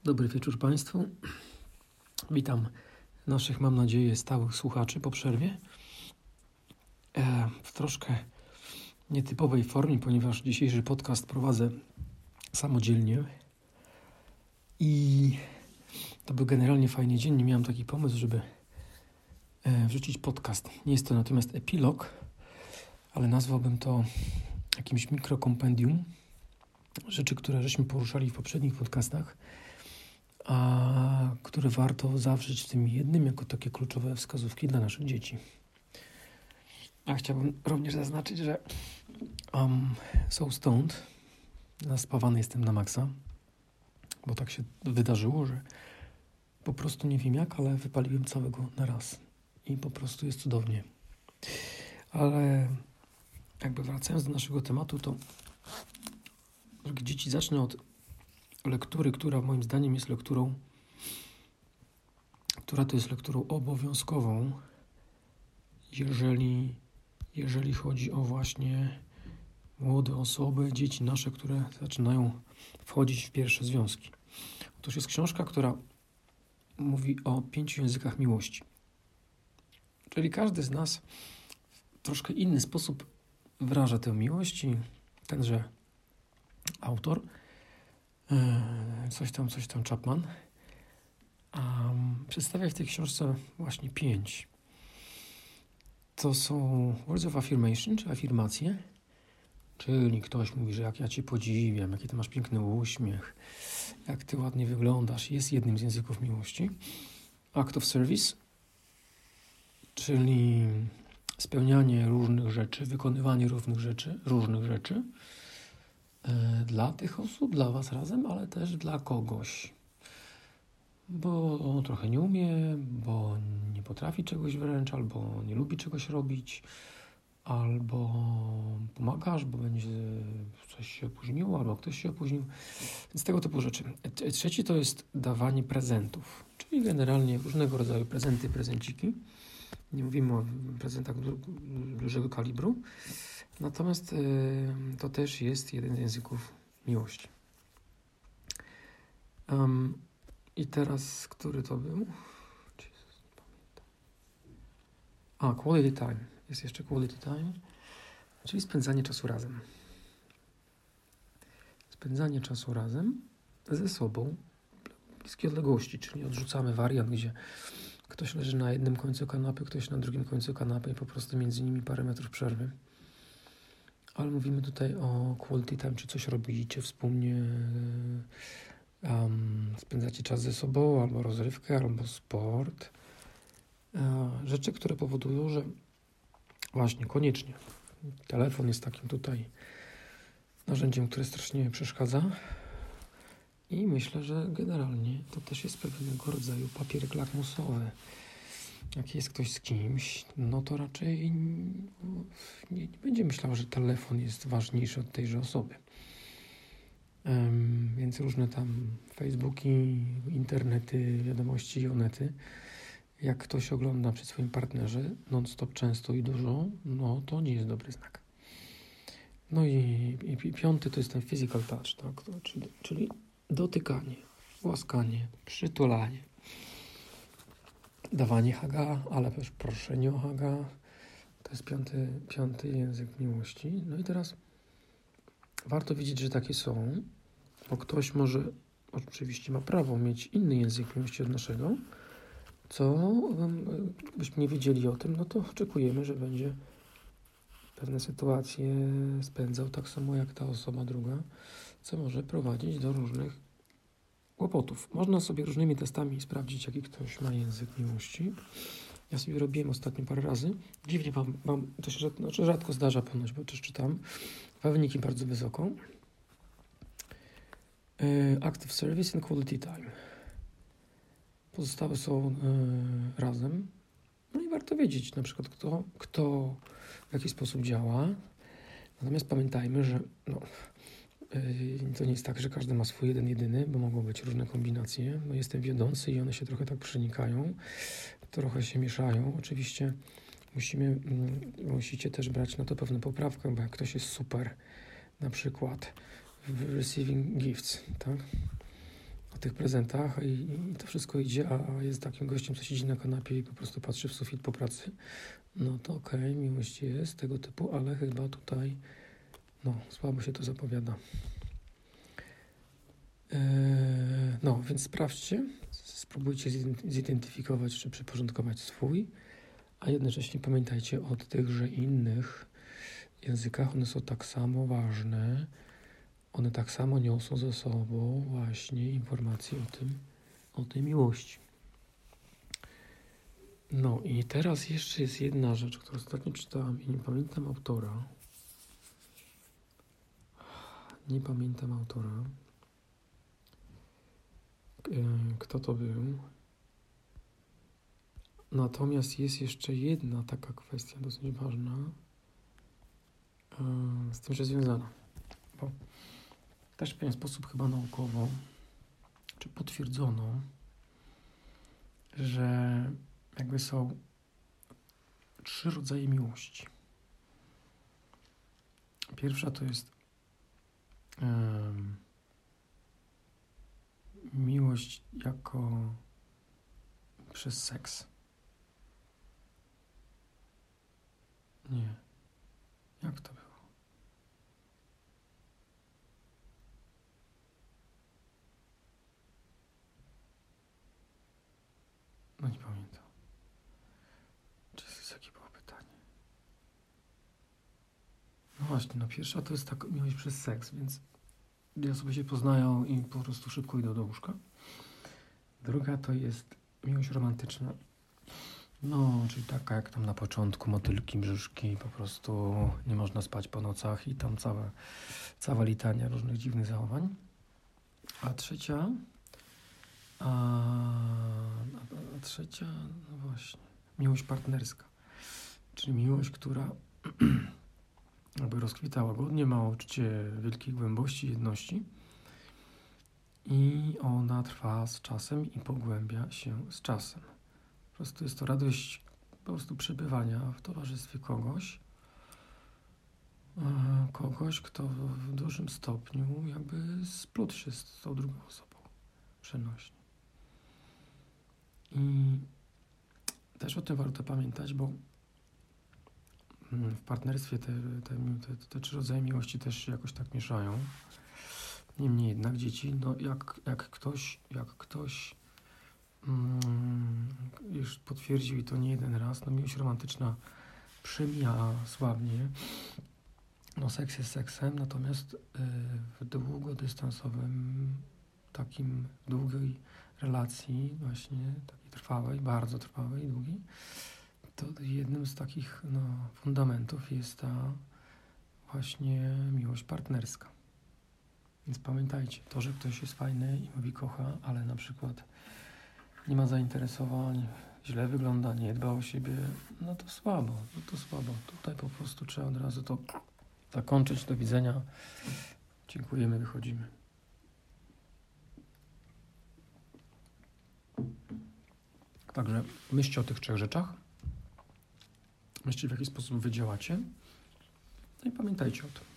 Dobry wieczór Państwu. Witam naszych, mam nadzieję, stałych słuchaczy po przerwie. W troszkę nietypowej formie, ponieważ dzisiejszy podcast prowadzę samodzielnie i to był generalnie fajny dzień. Nie miałem taki pomysł, żeby wrzucić podcast. Nie jest to natomiast epilog, ale nazwałbym to jakimś mikrokompendium rzeczy, które żeśmy poruszali w poprzednich podcastach, a które warto zawrzeć w tym jednym jako takie kluczowe wskazówki dla naszych dzieci. A chciałbym również zaznaczyć, że so stoned, naspawany jestem na maksa, bo tak się wydarzyło, że po prostu nie wiem jak, ale wypaliłem całego na raz i po prostu jest cudownie. Ale jakby wracając do naszego tematu, to drogie dzieci, zacznę od lektury, która moim zdaniem jest lekturą, która to jest lekturą obowiązkową, jeżeli chodzi o właśnie młode osoby, dzieci nasze, które zaczynają wchodzić w pierwsze związki. To jest książka, która mówi o 5 językach miłości. Czyli każdy z nas w troszkę inny sposób wyraża tę miłość i tenże autor, coś tam Chapman, przedstawia w tej książce właśnie 5. To są words of affirmation, czy afirmacje, czyli ktoś mówi, że jak ja Cię podziwiam, jaki Ty masz piękny uśmiech, jak Ty ładnie wyglądasz, jest jednym z języków miłości. Act of service, czyli spełnianie różnych rzeczy, wykonywanie różnych rzeczy dla tych osób, dla Was razem, ale też dla kogoś. Bo on trochę nie umie, bo nie potrafi czegoś wręcz, albo nie lubi czegoś robić, albo pomagasz, bo będzie coś się opóźniło, albo ktoś się opóźnił. Więc tego typu rzeczy. Trzeci to jest dawanie prezentów, czyli generalnie różnego rodzaju prezenciki. Nie mówimy o prezentach dużego kalibru, natomiast to też jest jeden z języków miłości. I teraz, który to był? Quality time. Jest jeszcze quality time, czyli spędzanie czasu razem. Spędzanie czasu razem ze sobą w bliskiej odległości, czyli odrzucamy wariant, gdzie ktoś leży na jednym końcu kanapy, ktoś na drugim końcu kanapy i po prostu między nimi parę metrów przerwy. Ale mówimy tutaj o quality time, czy coś robicie wspólnie, spędzacie czas ze sobą, albo rozrywkę, albo sport. Rzeczy, które powodują, że właśnie koniecznie telefon jest takim tutaj narzędziem, które strasznie przeszkadza i myślę, że generalnie to też jest pewnego rodzaju papierek lakmusowy. Jak jest ktoś z kimś, no to raczej nie będzie myślał, że telefon jest ważniejszy od tejże osoby. Więc różne tam Facebooki, internety, wiadomości, onety. Jak ktoś ogląda przy swoim partnerze non-stop, często i dużo, no to nie jest dobry znak. No i 5 to jest ten physical touch, tak? Czyli dotykanie, głaskanie, przytulanie, dawanie haga, ale też proszenie o haga. To jest 5 język miłości. No i teraz warto wiedzieć, że takie są, bo ktoś może, oczywiście ma prawo mieć inny język miłości od naszego, co byśmy nie wiedzieli o tym, no to oczekujemy, że będzie pewne sytuacje spędzał tak samo jak ta osoba druga, co może prowadzić do różnych kłopotów. Można sobie różnymi testami sprawdzić, jaki ktoś ma język miłości. Ja sobie robiłem ostatnio parę razy. Dziwnie mam to się rzadko zdarza ponoć, bo też czytam. Wyniki bardzo wysoko. Active service and quality time. Pozostałe są razem. No i warto wiedzieć na przykład kto w jaki sposób działa. Natomiast pamiętajmy, że to nie jest tak, że każdy ma swój jeden jedyny, bo mogą być różne kombinacje. No jestem wiodący i one się trochę tak przenikają, trochę się mieszają. Oczywiście musicie też brać na to pewną poprawkę, bo jak ktoś jest super, na przykład w receiving gifts, tak? o tych prezentach i to wszystko idzie, a jest takim gościem, co siedzi na kanapie i po prostu patrzy w sufit po pracy, no to okej, miłość jest tego typu, ale chyba tutaj słabo się to zapowiada. No, więc sprawdźcie, spróbujcie zidentyfikować czy przyporządkować swój, a jednocześnie pamiętajcie o tychże innych językach, one są tak samo ważne, one tak samo niosą ze sobą właśnie informacje o tej miłości. No i teraz jeszcze jest jedna rzecz, którą ostatnio czytałam i nie pamiętam autora. Kto to był. Natomiast jest jeszcze jedna taka kwestia dosyć ważna, z tym, że związana. Bo też w pewien sposób chyba naukowo, czy potwierdzono, że jakby są 3 rodzaje miłości. Pierwsza to jest miłość jako przez seks. Nie. Jak to było? No nie pamiętam. Jakie było pytanie? No właśnie, pierwsza to jest taka miłość przez seks, więc dwie osoby się poznają i po prostu szybko idą do łóżka. Druga to jest miłość romantyczna. Czyli taka jak tam na początku, motylki, brzuszki, po prostu nie można spać po nocach i tam cała litania różnych dziwnych zachowań. A trzecia, no właśnie, miłość partnerska, czyli miłość, która jakby rozkwita łagodnie, ma uczucie wielkiej głębości, jedności i ona trwa z czasem i pogłębia się z czasem. Po prostu jest to radość po prostu przebywania w towarzystwie kogoś, kto w dużym stopniu jakby splótł się z tą drugą osobą przenośnie. I też o tym warto pamiętać, bo w partnerstwie te 3 rodzaje miłości też się jakoś tak mieszają. Niemniej jednak dzieci, jak ktoś już potwierdził i to nie jeden raz, miłość romantyczna przemija słabnie. Seks jest seksem, natomiast w długodystansowym, takim długiej relacji, właśnie takiej trwałej, bardzo trwałej, długiej, to jednym z takich fundamentów jest ta właśnie miłość partnerska. Więc pamiętajcie, to, że ktoś jest fajny i mówi kocha, ale na przykład nie ma zainteresowań, źle wygląda, nie dba o siebie, to słabo. Tutaj po prostu trzeba od razu to zakończyć. Do widzenia. Dziękujemy, wychodzimy. Także myślcie o tych 3 rzeczach. Myślcie, w jaki sposób wy działacie. I pamiętajcie o tym.